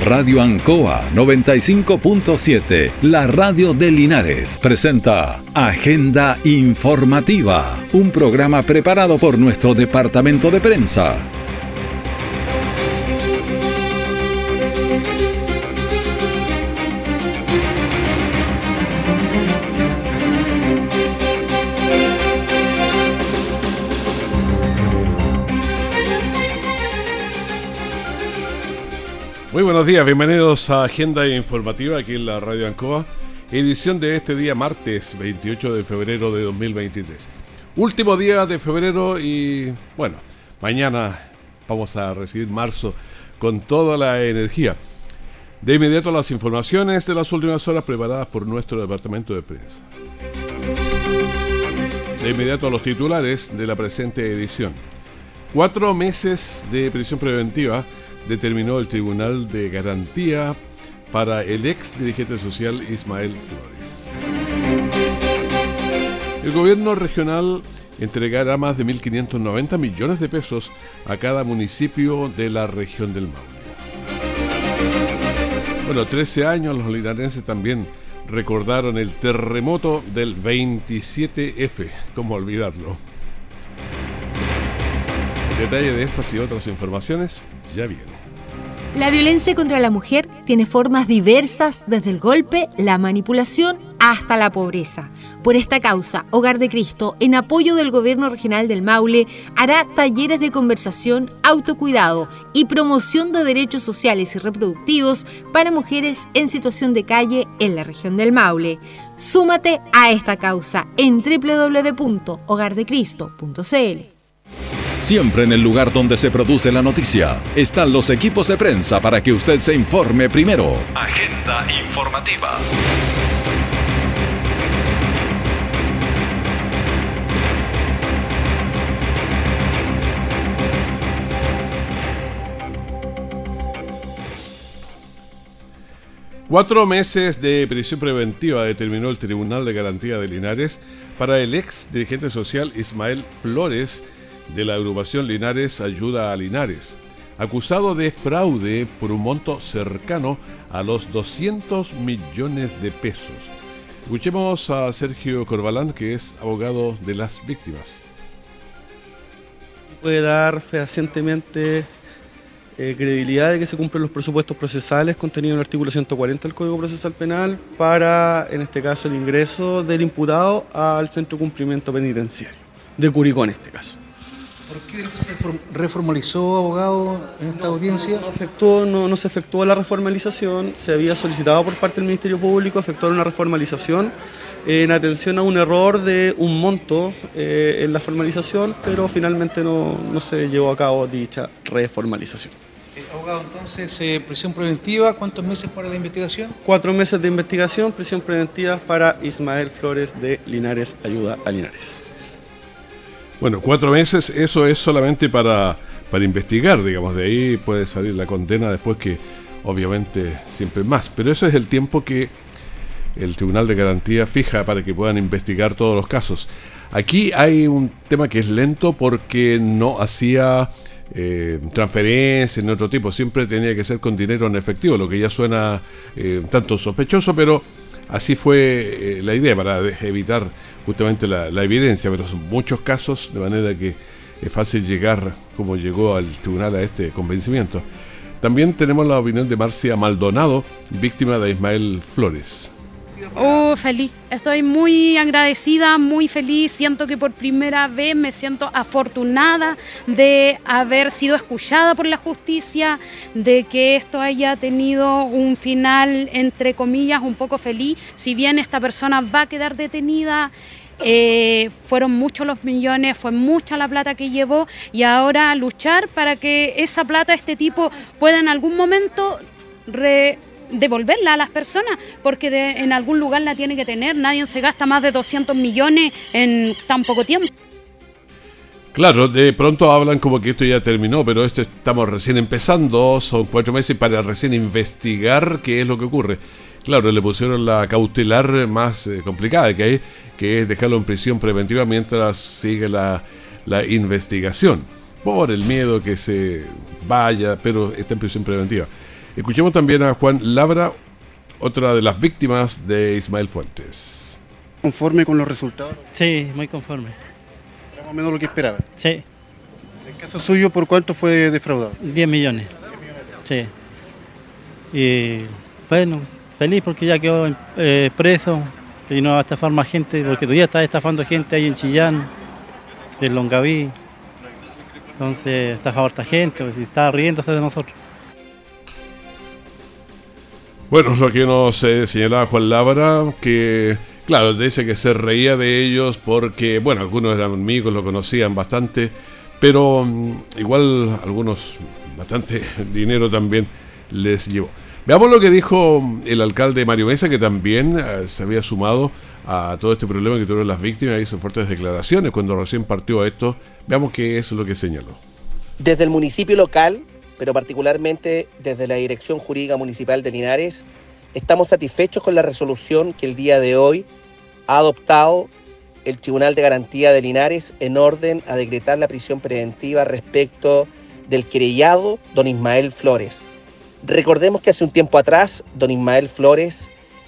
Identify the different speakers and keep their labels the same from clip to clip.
Speaker 1: Radio Ancoa 95.7, la radio de Linares, presenta Agenda Informativa, un programa preparado por nuestro departamento de prensa.
Speaker 2: Muy buenos días, bienvenidos a Agenda Informativa aquí en la Radio Ancoa, edición de este día martes 28 de febrero de 2023. Último día de febrero y bueno, mañana vamos a recibir marzo con toda la energía. De inmediato las informaciones de las últimas horas preparadas por nuestro departamento de prensa. De inmediato los titulares de la presente edición. 4 meses de prisión preventiva determinó el Tribunal de Garantía para el ex dirigente social Ismael Flores. El gobierno regional entregará más de 1.590 millones de pesos a cada municipio de la región del Maule. Bueno, 13 años los linarenses también recordaron el terremoto del 27F, ¿cómo olvidarlo? El detalle de estas y otras informaciones ya viene.
Speaker 3: La violencia contra la mujer tiene formas diversas, desde el golpe, la manipulación, hasta la pobreza. Por esta causa, Hogar de Cristo, en apoyo del Gobierno Regional del Maule, hará talleres de conversación, autocuidado y promoción de derechos sociales y reproductivos para mujeres en situación de calle en la región del Maule. Súmate a esta causa en www.hogardecristo.cl.
Speaker 1: Siempre en el lugar donde se produce la noticia están los equipos de prensa para que usted se informe primero. Agenda Informativa.
Speaker 2: Cuatro meses de prisión preventiva determinó el Tribunal de Garantía de Linares para el ex dirigente social Ismael Flores de la agrupación Linares Ayuda a Linares, acusado de fraude por un monto cercano a los 200 millones de pesos. Escuchemos a Sergio Corbalán, que es abogado de las víctimas.
Speaker 4: Puede dar fehacientemente credibilidad de que se cumplen los presupuestos procesales contenidos en el artículo 140 del Código Procesal Penal para, en este caso, el ingreso del imputado al Centro de Cumplimiento Penitenciario, de Curicó en este caso.
Speaker 5: ¿Por qué se reformalizó, abogado, en esta audiencia?
Speaker 4: No se efectuó la reformalización, se había solicitado por parte del Ministerio Público efectuar una reformalización en atención a un error de un monto en la formalización, pero finalmente no se llevó a cabo dicha reformalización.
Speaker 5: Abogado, entonces, prisión preventiva, ¿cuántos meses para la investigación?
Speaker 4: 4 meses de investigación, prisión preventiva para Ismael Flores de Linares Ayuda a Linares.
Speaker 2: Bueno, 4 meses, eso es solamente para investigar, digamos, de ahí puede salir la condena después, que obviamente siempre más, pero eso es el tiempo que el Tribunal de Garantía fija para que puedan investigar todos los casos. Aquí hay un tema que es lento porque no hacía transferencias ni otro tipo, siempre tenía que ser con dinero en efectivo, lo que ya suena tanto sospechoso, pero así fue la idea, para evitar justamente la evidencia, pero son muchos casos, de manera que es fácil llegar, como llegó al tribunal, a este convencimiento. También tenemos la opinión de Marcia Maldonado, víctima de Ismael Flores.
Speaker 6: Feliz, estoy muy agradecida, muy feliz, siento que por primera vez me siento afortunada de haber sido escuchada por la justicia, de que esto haya tenido un final, entre comillas, un poco feliz, si bien esta persona va a quedar detenida. Fueron muchos los millones, fue mucha la plata que llevó, y ahora luchar para que esa plata, este tipo, pueda en algún momento devolverla a las personas, porque en algún lugar la tiene que tener. Nadie se gasta más de 200 millones en tan poco tiempo.
Speaker 2: Claro, de pronto hablan como que esto ya terminó, pero esto estamos recién empezando, son 4 meses para recién investigar qué es lo que ocurre. Claro, le pusieron la cautelar más complicada que hay, que es dejarlo en prisión preventiva mientras sigue la investigación, por el miedo que se vaya, pero está en prisión preventiva. Escuchemos también a Juan Labra, otra de las víctimas de Ismael Fuentes.
Speaker 7: ¿Conforme con los resultados?
Speaker 8: Sí, muy conforme.
Speaker 7: Era más o menos lo que esperaba.
Speaker 8: Sí.
Speaker 7: En el caso suyo, ¿por cuánto fue defraudado?
Speaker 8: 10 millones. Sí. Y bueno, feliz porque ya quedó preso y no va a estafar más gente, porque todavía está estafando gente ahí en Chillán, en Longaví. Entonces estafa a harta gente, pues, y está riéndose de nosotros.
Speaker 2: Bueno, lo que nos señalaba Juan Labra, que claro, dice que se reía de ellos porque, bueno, algunos eran amigos, lo conocían bastante, pero igual algunos bastante dinero también les llevó. Veamos lo que dijo el alcalde Mario Mesa, que también se había sumado a todo este problema que tuvieron las víctimas, hizo fuertes declaraciones cuando recién partió esto. Veamos qué es lo que señaló.
Speaker 9: Desde el municipio local, pero particularmente desde la Dirección Jurídica Municipal de Linares, estamos satisfechos con la resolución que el día de hoy ha adoptado el Tribunal de Garantía de Linares en orden a decretar la prisión preventiva respecto del querellado don Ismael Flores. Recordemos que hace un tiempo atrás don Ismael Flores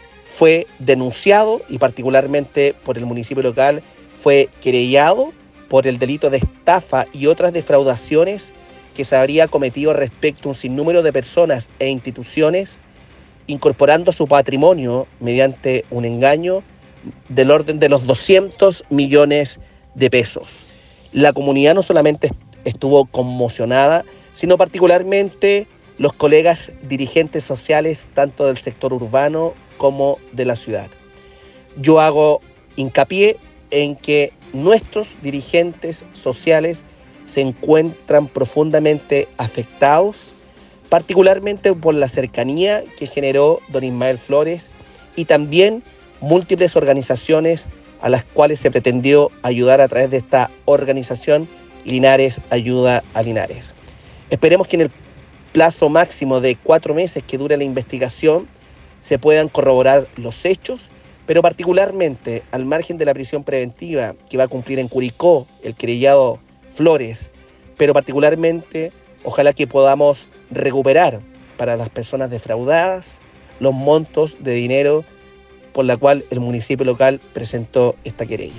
Speaker 9: fue denunciado y particularmente por el municipio local fue querellado por el delito de estafa y otras defraudaciones que se habría cometido respecto a un sinnúmero de personas e instituciones, incorporando su patrimonio mediante un engaño del orden de los 200 millones de pesos. La comunidad no solamente estuvo conmocionada, sino particularmente los colegas dirigentes sociales, tanto del sector urbano como de la ciudad. Yo hago hincapié en que nuestros dirigentes sociales se encuentran profundamente afectados, particularmente por la cercanía que generó don Ismael Flores y también múltiples organizaciones a las cuales se pretendió ayudar a través de esta organización Linares Ayuda a Linares. Esperemos que en el plazo máximo de 4 meses que dure la investigación se puedan corroborar los hechos, pero particularmente al margen de la prisión preventiva que va a cumplir en Curicó el querellado Flores, pero particularmente ojalá que podamos recuperar para las personas defraudadas los montos de dinero por la cual el municipio local presentó esta querella.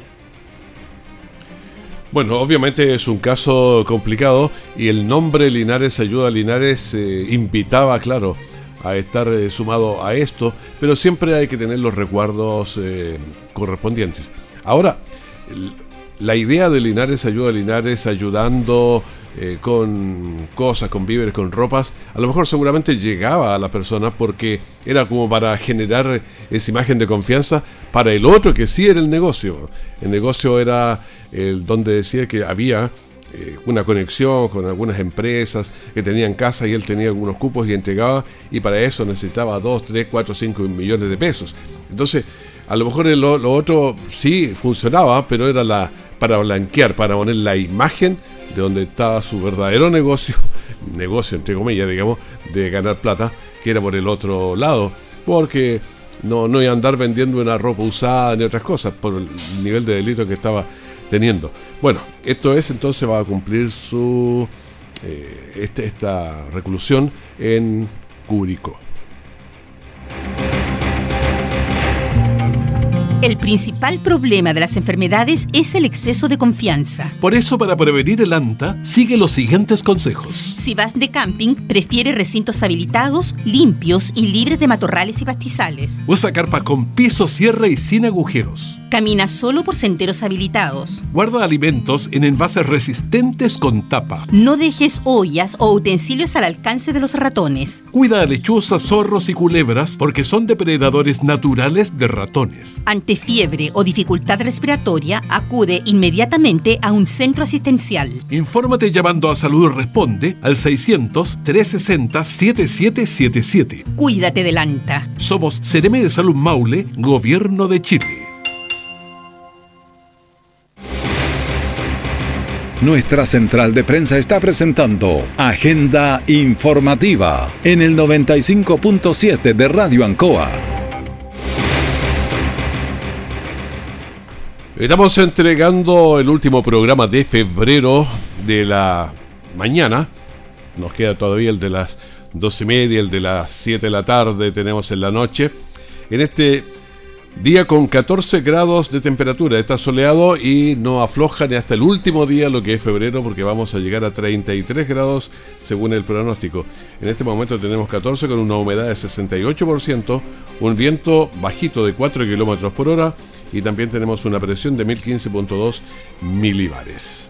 Speaker 2: Bueno, obviamente es un caso complicado y el nombre Linares Ayuda a Linares invitaba, claro, a estar sumado a esto, pero siempre hay que tener los resguardos correspondientes. Ahora, la idea de Linares Ayuda a Linares ayudando con cosas, con víveres, con ropas, a lo mejor seguramente llegaba a las personas porque era como para generar esa imagen de confianza para el otro que sí era el negocio. El negocio era el donde decía que había una conexión con algunas empresas que tenían casa y él tenía algunos cupos y entregaba, y para eso necesitaba 2, 3, 4, 5 millones de pesos. Entonces, a lo mejor lo otro sí funcionaba, pero era para blanquear, para poner la imagen de donde estaba su verdadero negocio entre comillas, digamos, de ganar plata, que era por el otro lado, porque no iba a andar vendiendo una ropa usada ni otras cosas por el nivel de delito que estaba teniendo. Bueno, esto es, entonces va a cumplir su esta reclusión en Curicó.
Speaker 10: El principal problema de las enfermedades es el exceso de confianza.
Speaker 11: Por eso, para prevenir el ANTA, sigue los siguientes consejos.
Speaker 10: Si vas de camping, prefiere recintos habilitados, limpios y libres de matorrales y pastizales.
Speaker 11: Usa carpas con piso, cierre y sin agujeros.
Speaker 10: Camina solo por senderos habilitados.
Speaker 11: Guarda alimentos en envases resistentes con tapa.
Speaker 10: No dejes ollas o utensilios al alcance de los ratones.
Speaker 11: Cuida a lechuzas, zorros y culebras porque son depredadores naturales de ratones.
Speaker 10: Ante fiebre o dificultad respiratoria, acude inmediatamente a un centro asistencial.
Speaker 11: Infórmate llamando a Salud Responde al 600-360-7777.
Speaker 10: Cuídate del ANTA.
Speaker 11: Somos Seremi de Salud Maule, Gobierno de Chile.
Speaker 1: Nuestra central de prensa está presentando Agenda Informativa en el 95.7 de Radio Ancoa.
Speaker 2: Estamos entregando el último programa de febrero de la mañana. Nos queda todavía el de las 12:30, el de las 7 de la tarde tenemos en la noche. En este día con 14 grados de temperatura, está soleado y no afloja ni hasta el último día, lo que es febrero, porque vamos a llegar a 33 grados según el pronóstico. En este momento tenemos 14 con una humedad de 68%, un viento bajito de 4 kilómetros por hora y también tenemos una presión de 1015.2 milibares.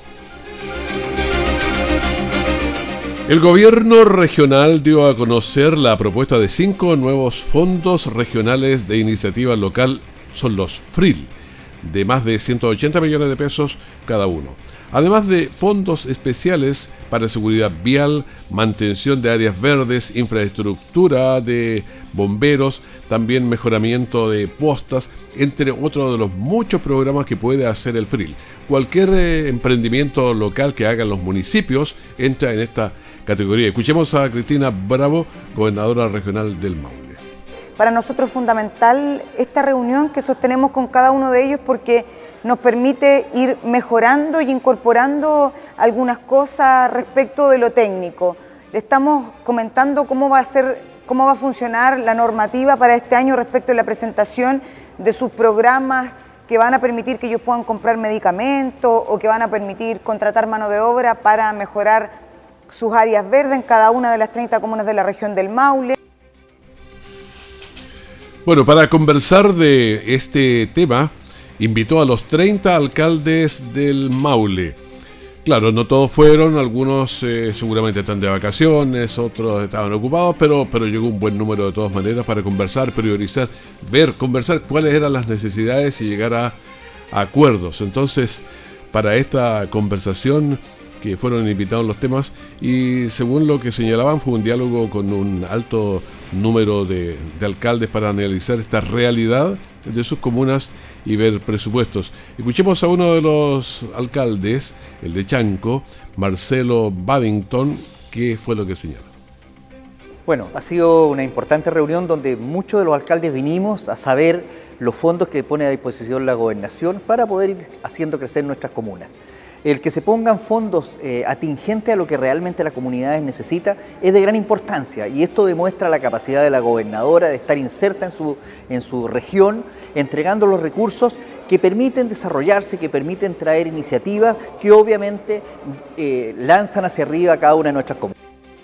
Speaker 2: El gobierno regional dio a conocer la propuesta de 5 nuevos fondos regionales de iniciativa local, son los FRIL, de más de 180 millones de pesos cada uno. Además de fondos especiales para seguridad vial, mantención de áreas verdes, infraestructura de bomberos, también mejoramiento de postas, entre otros de los muchos programas que puede hacer el FRIL. Cualquier emprendimiento local que hagan los municipios entra en esta categoría. Escuchemos a Cristina Bravo, gobernadora regional del Maule.
Speaker 12: Para nosotros es fundamental esta reunión que sostenemos con cada uno de ellos porque nos permite ir mejorando y incorporando algunas cosas respecto de lo técnico. Le estamos comentando cómo va a funcionar la normativa para este año respecto de la presentación de sus programas que van a permitir que ellos puedan comprar medicamentos o que van a permitir contratar mano de obra para mejorar sus áreas verdes en cada una de las 30 comunas de la región del Maule.
Speaker 2: Bueno, para conversar de este tema, invitó a los 30 alcaldes del Maule. Claro, no todos fueron, algunos seguramente están de vacaciones, otros estaban ocupados, pero llegó un buen número de todas maneras para conversar, priorizar, conversar cuáles eran las necesidades y llegar a acuerdos. Entonces, para esta conversación que fueron invitados los temas y según lo que señalaban fue un diálogo con un alto número de alcaldes para analizar esta realidad de sus comunas y ver presupuestos. Escuchemos a uno de los alcaldes, el de Chanco, Marcelo Baddington, qué fue lo que señaló.
Speaker 13: Bueno, ha sido una importante reunión donde muchos de los alcaldes vinimos a saber los fondos que pone a disposición la gobernación para poder ir haciendo crecer nuestras comunas. El que se pongan fondos atingentes a lo que realmente las comunidades necesitan es de gran importancia y esto demuestra la capacidad de la gobernadora de estar inserta en su región, entregando los recursos que permiten desarrollarse, que permiten traer iniciativas que obviamente lanzan hacia arriba a cada una de nuestras comunidades.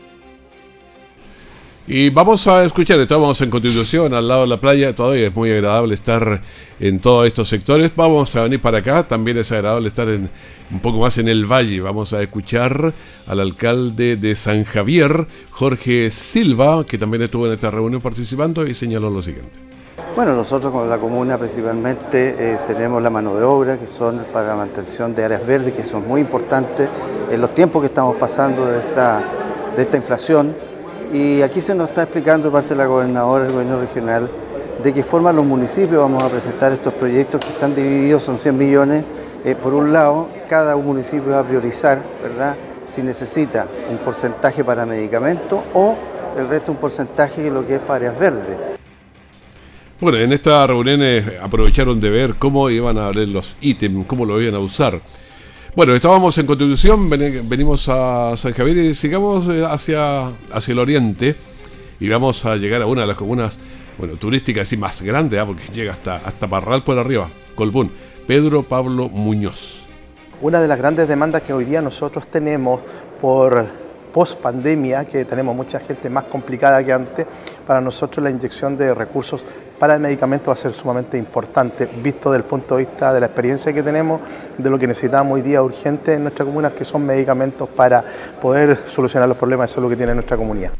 Speaker 2: Y vamos a escuchar, estamos en Constitución, al lado de la playa, todavía es muy agradable estar en todos estos sectores. Vamos a venir para acá, también es agradable estar un poco más en el valle. Vamos a escuchar al alcalde de San Javier, Jorge Silva, que también estuvo en esta reunión participando y señaló lo siguiente.
Speaker 14: Bueno, nosotros con la comuna principalmente tenemos la mano de obra, que son para la mantención de áreas verdes, que son muy importantes en los tiempos que estamos pasando de esta inflación. Y aquí se nos está explicando de parte de la gobernadora, del gobierno regional, de qué forma los municipios vamos a presentar estos proyectos que están divididos, son 100 millones. Por un lado, cada municipio va a priorizar, ¿verdad?, si necesita un porcentaje para medicamentos o el resto un porcentaje de lo que es para áreas verdes.
Speaker 2: Bueno, en esta reunión aprovecharon de ver cómo iban a ver los ítems, cómo lo iban a usar. Bueno, estábamos en Constitución, venimos a San Javier y sigamos hacia el oriente y vamos a llegar a una de las comunas turísticas y más grandes, porque llega hasta Parral por arriba, Colbún. Pedro Pablo Muñoz.
Speaker 15: Una de las grandes demandas que hoy día nosotros tenemos por post-pandemia, que tenemos mucha gente más complicada que antes, para nosotros la inyección de recursos para el medicamento va a ser sumamente importante, visto desde el punto de vista de la experiencia que tenemos, de lo que necesitamos hoy día urgente en nuestra comuna, que son medicamentos para poder solucionar los problemas de salud que tiene nuestra comunidad.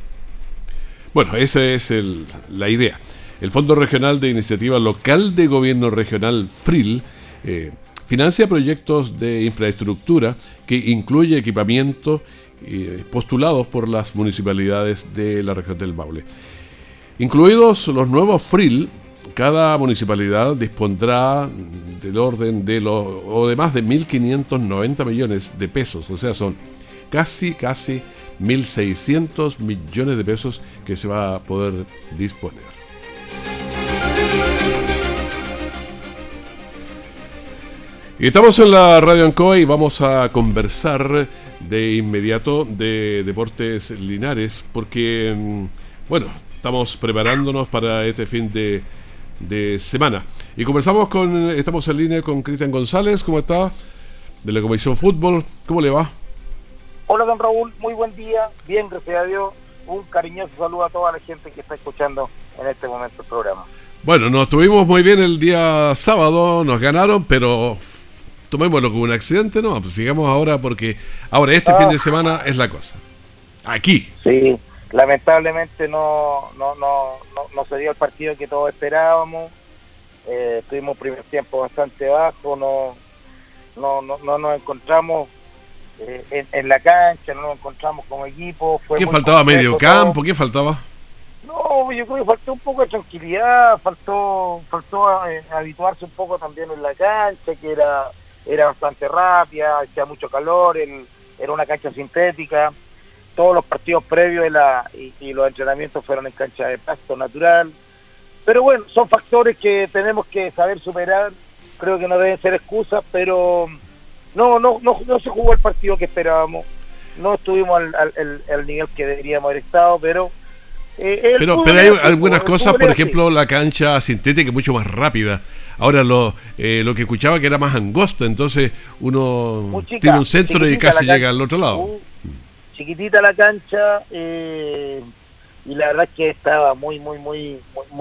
Speaker 2: Bueno, esa es la idea. El Fondo Regional de Iniciativa Local de Gobierno Regional, FRIL, financia proyectos de infraestructura que incluye equipamiento postulados por las municipalidades de la región del Maule. Incluidos los nuevos FRIL, cada municipalidad dispondrá del orden de más de 1.590 millones de pesos, o sea, son casi 1.600 millones de pesos que se va a poder disponer. Y estamos en la Radio Ancoa y vamos a conversar de inmediato de Deportes Linares, porque, bueno, estamos preparándonos para este fin de semana. Y estamos en línea con Cristian González, ¿cómo está? De la Comisión Fútbol, ¿cómo le va?
Speaker 16: Hola, don Raúl, muy buen día, bien, gracias a Dios. Un cariñoso saludo a toda la gente que está escuchando en este momento el programa.
Speaker 2: Bueno, nos tuvimos muy bien el día sábado, nos ganaron, pero tomémoslo como un accidente, ¿no? Pues sigamos ahora, porque ahora fin de semana es la cosa. Aquí.
Speaker 16: Sí, lamentablemente no se dio el partido que todos esperábamos. Tuvimos un primer tiempo bastante bajo, no nos encontramos en la cancha, no nos encontramos como equipo.
Speaker 2: ¿Qué faltaba? ¿Medio campo? ¿Qué faltaba?
Speaker 16: No, yo creo que faltó un poco de tranquilidad, faltó habituarse un poco también en la cancha, que era bastante rápida, hacía mucho calor, era una cancha sintética. Todos los partidos previos y los entrenamientos fueron en cancha de pasto natural. Pero bueno, son factores que tenemos que saber superar. Creo que no deben ser excusas, pero no se jugó el partido que esperábamos. No estuvimos al nivel que deberíamos haber estado, pero
Speaker 2: hay algunas cosas, por ejemplo, la cancha sintética es mucho más rápida. Ahora lo que escuchaba que era más angosto, entonces uno tiene un centro y casi llega al otro lado.
Speaker 16: Chiquitita la cancha, y la verdad es que estaba muy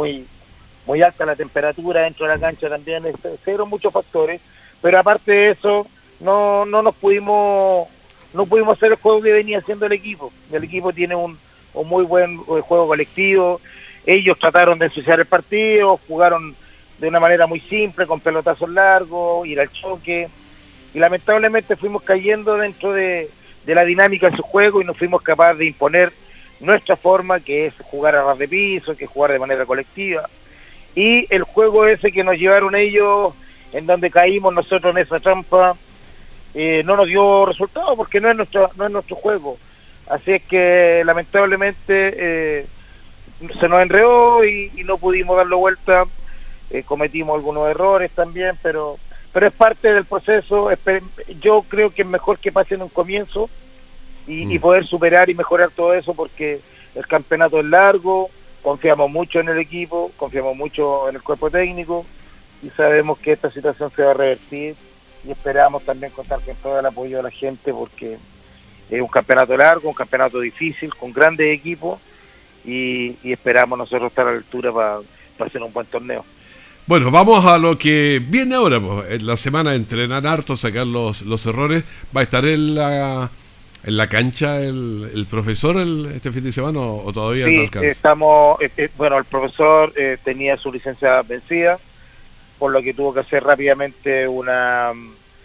Speaker 16: alta la temperatura dentro de la cancha también. Se dieron muchos factores, pero aparte de eso no pudimos hacer el juego que venía haciendo el equipo. El equipo tiene un muy buen juego colectivo. Ellos trataron de ensuciar el partido, jugaron de una manera muy simple, con pelotazos largos, ir al choque, y lamentablemente fuimos cayendo dentro de la dinámica de su juego y no fuimos capaces de imponer nuestra forma, que es jugar a ras de piso, que es jugar de manera colectiva. Y el juego ese que nos llevaron ellos, en donde caímos nosotros en esa trampa, no nos dio resultado, porque no es nuestro juego. Así es que lamentablemente se nos enredó y no pudimos darlo vuelta. Cometimos algunos errores también, pero es parte del proceso. Yo creo que es mejor que pase en un comienzo y poder superar y mejorar todo eso, porque el campeonato es largo, confiamos mucho en el equipo, confiamos mucho en el cuerpo técnico y sabemos que esta situación se va a revertir, y esperamos también contar con todo el apoyo de la gente, porque es un campeonato largo, un campeonato difícil, con grandes equipos, y esperamos nosotros estar a la altura para hacer un buen torneo.
Speaker 2: Bueno, vamos a lo que viene ahora, pues. En la semana, entrenar harto, sacar los errores. ¿Va a estar en la cancha el profesor este fin de semana o todavía no alcanza?
Speaker 16: Bueno, el profesor tenía su licencia vencida, por lo que tuvo que hacer rápidamente una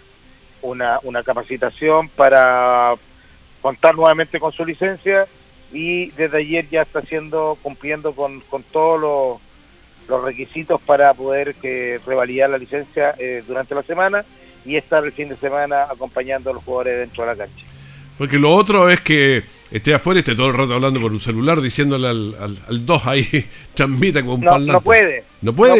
Speaker 16: capacitación para contar nuevamente con su licencia, y desde ayer ya está cumpliendo con todos los requisitos para poder revalidar la licencia durante la semana y estar el fin de semana acompañando a los jugadores dentro de la cancha.
Speaker 2: Porque lo otro es que esté afuera y esté todo el rato hablando por un celular, diciéndole al 2 ahí, transmita como un parlante.
Speaker 16: No puede.
Speaker 2: ¿No puede?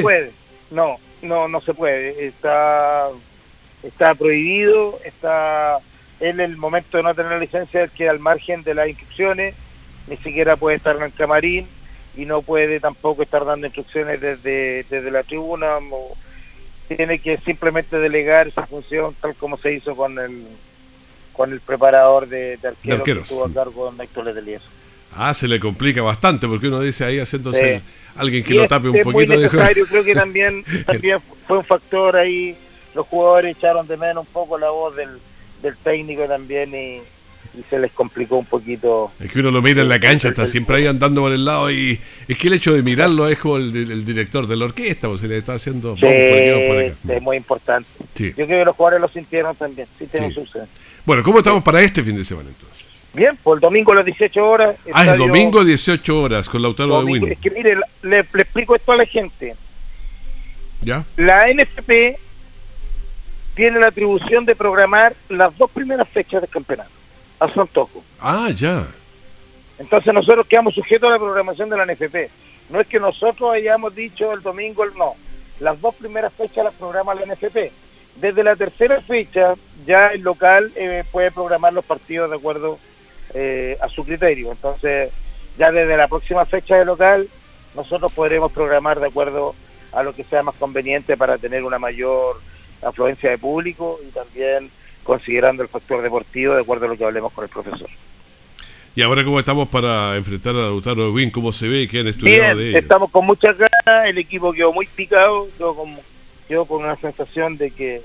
Speaker 16: No se puede. Está prohibido, está en el momento de no tener licencia, él queda al margen de las instrucciones, ni siquiera puede estar en el camarín, y no puede tampoco estar dando instrucciones desde la tribuna. Tiene que simplemente delegar esa función, tal como se hizo con el preparador de arqueros que estuvo a cargo de Héctor Letelier.
Speaker 2: Se le complica bastante, porque uno dice ahí haciéndose alguien que lo tape un poquito.
Speaker 16: Es muy necesario, creo que también fue un factor ahí. Los jugadores echaron de menos un poco la voz del técnico también, y se les complicó un poquito.
Speaker 2: Es que uno lo mira en la cancha, está siempre ahí andando por el lado, y es que el hecho de mirarlo es como el director de la orquesta, o se le está haciendo
Speaker 16: por acá. Es muy importante.
Speaker 2: Sí.
Speaker 16: Yo creo que los jugadores lo sintieron también. Sí, tenemos sucesión.
Speaker 2: Bueno, ¿cómo estamos para este fin de semana entonces?
Speaker 16: Bien, por el domingo a las 18 horas.
Speaker 2: El domingo 18 horas con Lautaro de Winning.
Speaker 16: Es que mire, le explico esto a la gente.
Speaker 2: ¿Ya?
Speaker 16: La NFP tiene la atribución de programar las 2 primeras fechas del campeonato, a su antojo.
Speaker 2: Ya.
Speaker 16: Entonces nosotros quedamos sujetos a la programación de la NFP. No es que nosotros hayamos dicho el domingo, no. Las 2 primeras fechas las programa la NFP. desde la tercera fecha ya el local puede programar los partidos de acuerdo a su criterio. Entonces, ya desde la próxima fecha del local, nosotros podremos programar de acuerdo a lo que sea más conveniente para tener una mayor afluencia de público y también considerando el factor deportivo de acuerdo a lo que hablemos con el profesor.
Speaker 2: Y ahora, ¿cómo estamos para enfrentar a Lautaro Win? ¿Cómo se ve? ¿Qué han estudiado
Speaker 16: Bien,
Speaker 2: de ellos?
Speaker 16: estamos con muchas ganas, el equipo quedó muy picado, quedó con una sensación de que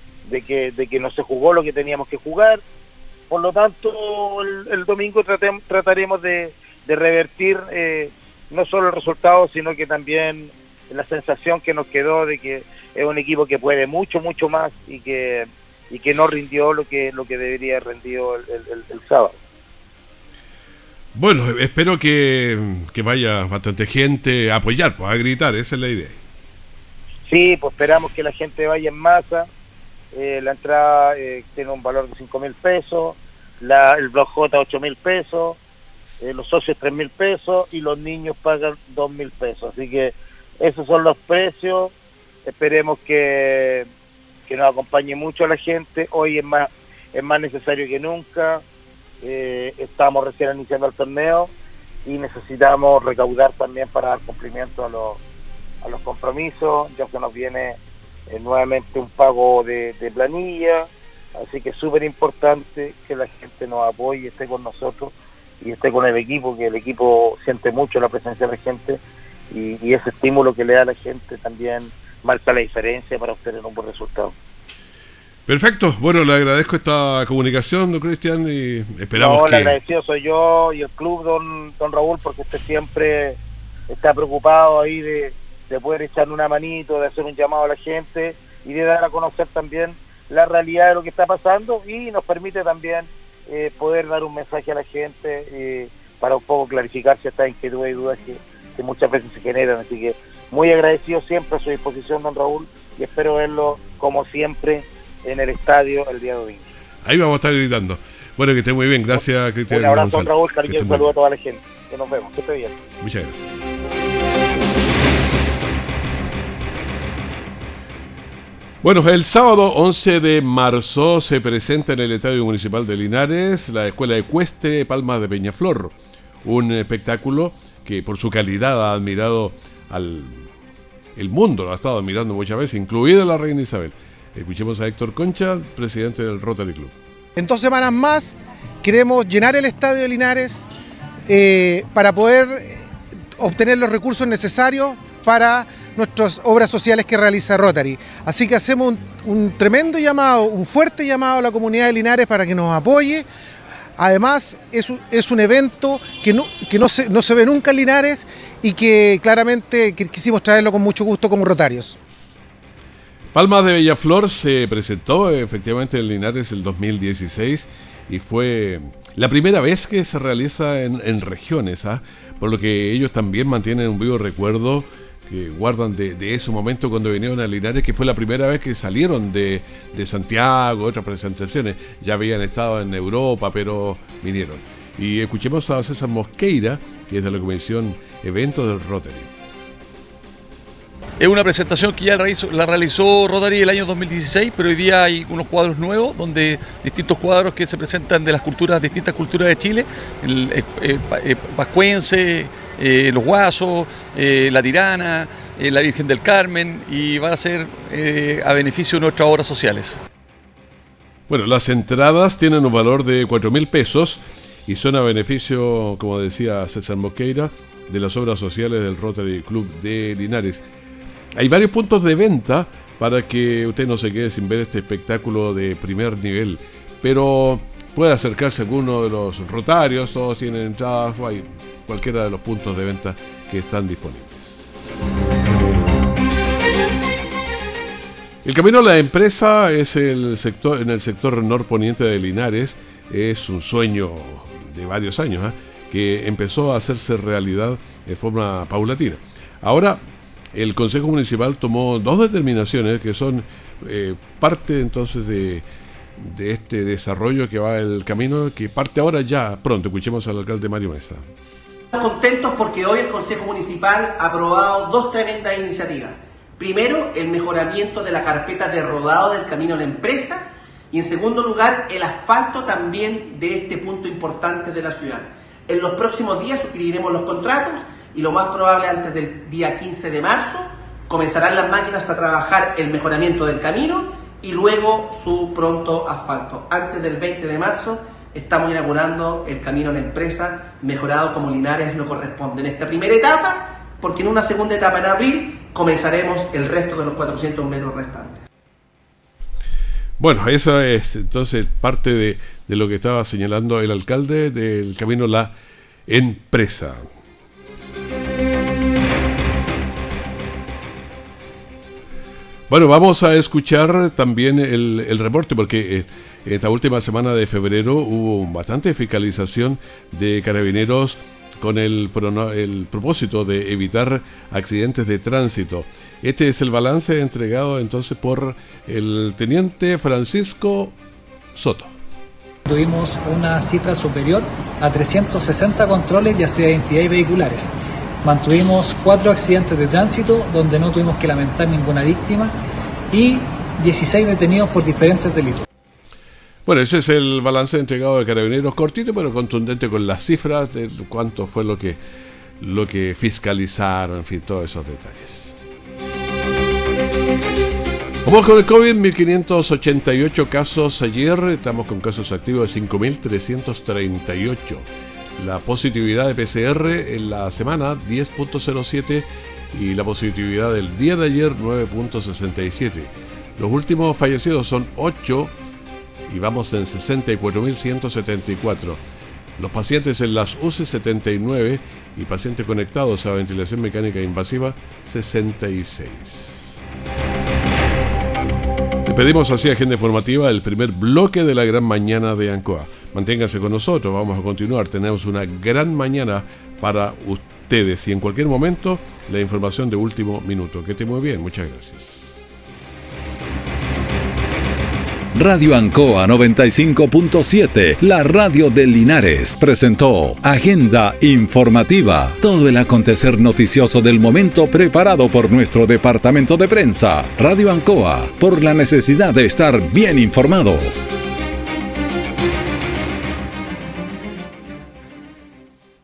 Speaker 16: no se jugó lo que teníamos que jugar. Por lo tanto, el domingo trataremos de revertir no solo el resultado, sino que también la sensación que nos quedó de que es un equipo que puede mucho, mucho más y que no rindió lo que debería haber rendido el sábado.
Speaker 2: Bueno, espero que vaya bastante gente a apoyar, pues, a gritar, esa es la idea.
Speaker 16: Sí, pues esperamos que la gente vaya en masa. La entrada tiene un valor de 5.000 pesos, el Block J 8.000 pesos, los socios 3.000 pesos y los niños pagan 2.000 pesos. Así que esos son los precios. Esperemos que nos acompañe mucho la gente. Hoy es más necesario que nunca. Estamos recién iniciando el torneo y necesitamos recaudar también para dar cumplimiento a los compromisos, ya que nos viene nuevamente un pago de planilla, así que es súper importante que la gente nos apoye, esté con nosotros y esté con el equipo, que el equipo siente mucho la presencia de la gente y ese estímulo que le da a la gente también marca la diferencia para obtener un buen resultado.
Speaker 2: Perfecto, bueno, le agradezco esta comunicación, don Cristian, y esperamos que...
Speaker 16: el agradecido soy yo y el club, don Raúl, porque usted siempre está preocupado ahí de poder echarle una manito, de hacer un llamado a la gente y de dar a conocer también la realidad de lo que está pasando y nos permite también poder dar un mensaje a la gente para un poco clarificar ciertas inquietudes y dudas que muchas veces se generan. Así que muy agradecido siempre a su disposición, don Raúl, y espero verlo como siempre en el estadio el día de domingo.
Speaker 2: Ahí vamos a estar gritando. Bueno, que esté muy bien. Gracias, Cristian.
Speaker 16: Un abrazo,
Speaker 2: González.
Speaker 16: Raúl, cariño, un saludo a toda la gente. Que nos vemos. Que esté bien.
Speaker 2: Muchas gracias. Bueno, el sábado 11 de marzo se presenta en el Estadio Municipal de Linares la Escuela Ecuestre Palmas de Peñaflor, un espectáculo que por su calidad ha admirado el mundo, lo ha estado admirando muchas veces, incluida la reina Isabel. Escuchemos a Héctor Concha, presidente del Rotary Club.
Speaker 17: En 2 semanas más queremos llenar el Estadio de Linares para poder obtener los recursos necesarios para nuestras obras sociales que realiza Rotary. Así que hacemos un tremendo llamado, un fuerte llamado a la comunidad de Linares para que nos apoye. Además, es un evento que no se ve nunca en Linares y que claramente quisimos traerlo con mucho gusto como rotarios.
Speaker 2: Palmas de Peñaflor se presentó efectivamente en Linares el 2016 y fue la primera vez que se realiza en regiones, por lo que ellos también mantienen un vivo recuerdo que guardan de ese momento cuando vinieron a Linares, que fue la primera vez que salieron de Santiago, otras presentaciones. Ya habían estado en Europa, pero vinieron. Y escuchemos a César Mosqueira, que es de la Comisión Eventos del Rotary.
Speaker 18: Es una presentación que ya la realizó Rotary el año 2016, pero hoy día hay unos cuadros nuevos, donde distintos cuadros que se presentan de las distintas culturas de Chile, el pascuense, los guasos, la tirana, la Virgen del Carmen, y van a ser a beneficio de nuestras obras sociales.
Speaker 2: Bueno, las entradas tienen un valor de 4.000 pesos y son a beneficio, como decía César Mosqueira, de las obras sociales del Rotary Club de Linares. Hay varios puntos de venta para que usted no se quede sin ver este espectáculo de primer nivel, pero puede acercarse a alguno de los rotarios, todos tienen entradas, hay cualquiera de los puntos de venta que están disponibles. El camino a la empresa es en el sector norponiente de Linares, es un sueño de varios años, que empezó a hacerse realidad de forma paulatina. Ahora, el Consejo Municipal tomó 2 determinaciones que son parte entonces de este desarrollo que va el camino, que parte ahora ya pronto. Escuchemos al alcalde Mario Mesa.
Speaker 19: Estamos contentos porque hoy el Consejo Municipal ha aprobado 2 tremendas iniciativas.
Speaker 9: Primero, el mejoramiento de la carpeta de rodado del camino a la empresa, y en segundo lugar, el asfalto también de este punto importante de la ciudad. En los próximos días suscribiremos los contratos y lo más probable antes del día 15 de marzo comenzarán las máquinas a trabajar el mejoramiento del camino y luego su pronto asfalto. Antes del 20 de marzo estamos inaugurando el camino a la empresa mejorado como Linares lo corresponde en esta primera etapa, porque en una segunda etapa en abril comenzaremos el resto de los 400 metros restantes.
Speaker 2: Bueno, esa es entonces parte de lo que estaba señalando el alcalde del camino a la empresa. Bueno, vamos a escuchar también el reporte, porque esta última semana de febrero hubo bastante fiscalización de carabineros con el propósito de evitar accidentes de tránsito. Este es el balance entregado entonces por el teniente Francisco Soto.
Speaker 19: Tuvimos una cifra superior a 360 controles, ya sea de identidad y vehiculares. Mantuvimos 4 accidentes de tránsito donde no tuvimos que lamentar ninguna víctima y 16 detenidos por diferentes delitos.
Speaker 2: Bueno, ese es el balance entregado de Carabineros, cortito pero contundente con las cifras de cuánto fue lo que fiscalizaron, en fin, todos esos detalles. Vamos con el COVID, 1.588 casos ayer, estamos con casos activos de 5.338. La positividad de PCR en la semana 10.07 y la positividad del día de ayer 9.67. Los últimos fallecidos son 8 y vamos en 64.174. Los pacientes en las UCI 79 y pacientes conectados a ventilación mecánica invasiva 66. Despedimos así Agenda Informativa, el primer bloque de la gran mañana de Ancoa. Manténganse con nosotros, vamos a continuar. Tenemos una gran mañana para ustedes y en cualquier momento la información de último minuto. Que esté muy bien, muchas gracias.
Speaker 1: Radio Ancoa 95.7, la radio de Linares, presentó Agenda Informativa. Todo el acontecer noticioso del momento preparado por nuestro departamento de prensa. Radio Ancoa, por la necesidad de estar bien informado.